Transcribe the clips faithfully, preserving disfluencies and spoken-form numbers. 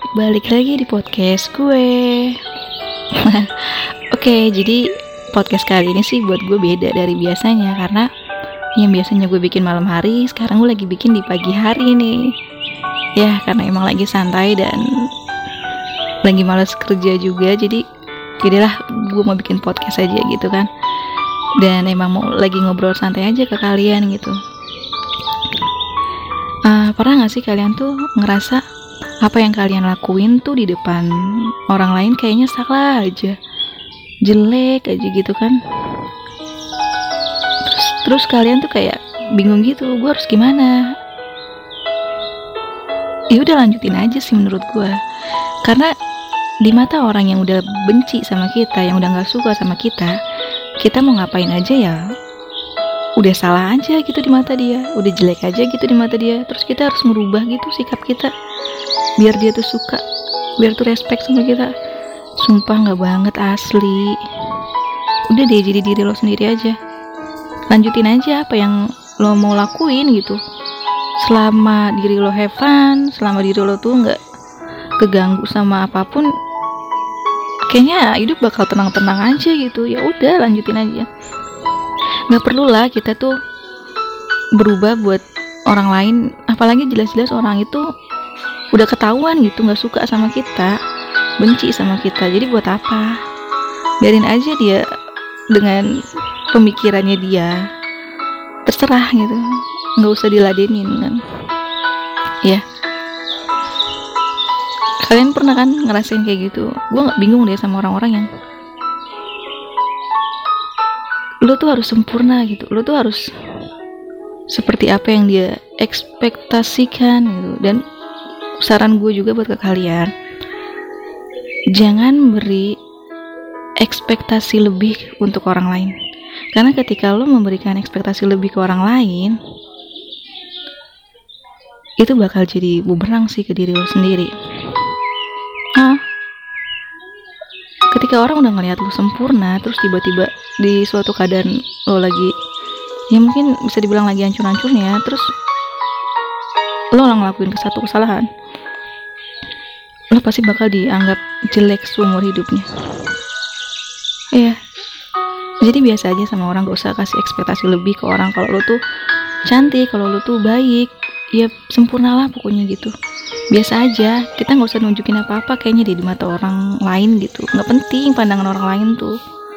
balik lagi di podcast gue. Oke, jadi podcast kali ini sih buat gue beda dari biasanya, karena yang biasanya gue bikin malam hari, sekarang gue lagi bikin di pagi hari nih. Ya, karena emang lagi santai dan lagi malas kerja juga, jadi jadilah gue mau bikin podcast aja gitu kan. Dan emang mau lagi ngobrol santai aja ke kalian gitu. Uh, pernah gak sih kalian tuh ngerasa apa yang kalian lakuin tuh di depan orang lain kayaknya salah aja, jelek aja gitu kan? Terus, terus kalian tuh kayak bingung gitu, gue harus gimana? Ya udah lanjutin aja sih menurut gue, karena di mata orang yang udah benci sama kita, yang udah nggak suka sama kita, kita mau ngapain aja ya udah salah aja gitu di mata dia, udah jelek aja gitu di mata dia. Terus kita harus merubah gitu sikap kita biar dia tuh suka, biar tuh respect sama kita. Sumpah nggak banget, asli. Udah deh, jadi diri lo sendiri aja, lanjutin aja apa yang lo mau lakuin gitu. Selama diri lo have fun, selama diri lo tuh nggak keganggu sama apapun, kayaknya hidup bakal tenang-tenang aja gitu. Ya udah, lanjutin aja. Nggak perlu lah kita tuh berubah buat orang lain, apalagi jelas-jelas orang itu udah ketahuan gitu nggak suka sama kita, benci sama kita. Jadi buat apa? Biarin aja dia dengan pemikirannya dia, terserah gitu, nggak usah diladenin kan. Ya, kalian pernah kan ngerasain kayak gitu? Gue nggak bingung deh sama orang-orang yang lo tuh harus sempurna gitu, lo tuh harus seperti apa yang dia ekspektasikan gitu. Dan saran gue juga buat ke kalian, jangan beri ekspektasi lebih untuk orang lain, karena ketika lo memberikan ekspektasi lebih ke orang lain, itu bakal jadi bumerang sih ke diri lo sendiri. Hah? Ketika orang udah ngelihat lo sempurna, terus tiba-tiba di suatu keadaan lo lagi, ya mungkin bisa dibilang lagi hancur-hancurnya, terus lo ngelakuin ke satu kesalahan, lo pasti bakal dianggap jelek seumur hidupnya. Iya, jadi biasa aja sama orang, gak usah kasih ekspektasi lebih ke orang. Kalau lo tuh cantik, kalau lo tuh baik, ya sempurnalah pokoknya gitu. Biasa aja, kita gak usah nunjukin apa-apa kayaknya di mata orang lain gitu. Gak penting pandangan orang lain tuh.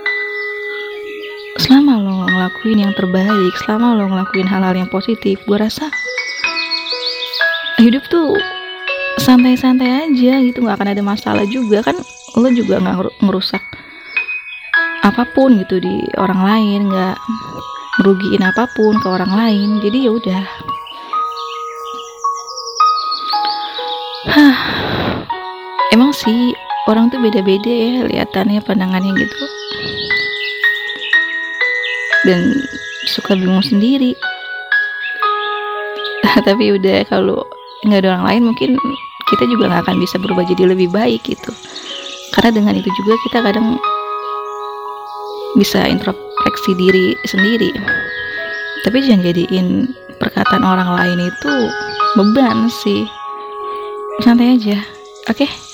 Selama lo ngelakuin yang terbaik, selama lo ngelakuin hal-hal yang positif, gue rasa hidup tuh santai-santai aja gitu, gak akan ada masalah juga kan. Lo juga gak ngerusak apapun gitu di orang lain, gak merugiin apapun ke orang lain. Jadi ya udah. Hah, emang sih orang tuh beda-beda ya liatannya, pandangannya gitu, dan suka bingung sendiri. Tapi udah, kalau nggak ada orang lain mungkin kita juga nggak akan bisa berubah jadi lebih baik gitu, karena dengan itu juga kita kadang bisa introspeksi diri sendiri. Tapi jangan jadiin perkataan orang lain itu beban sih. Santai aja, oke? Okay?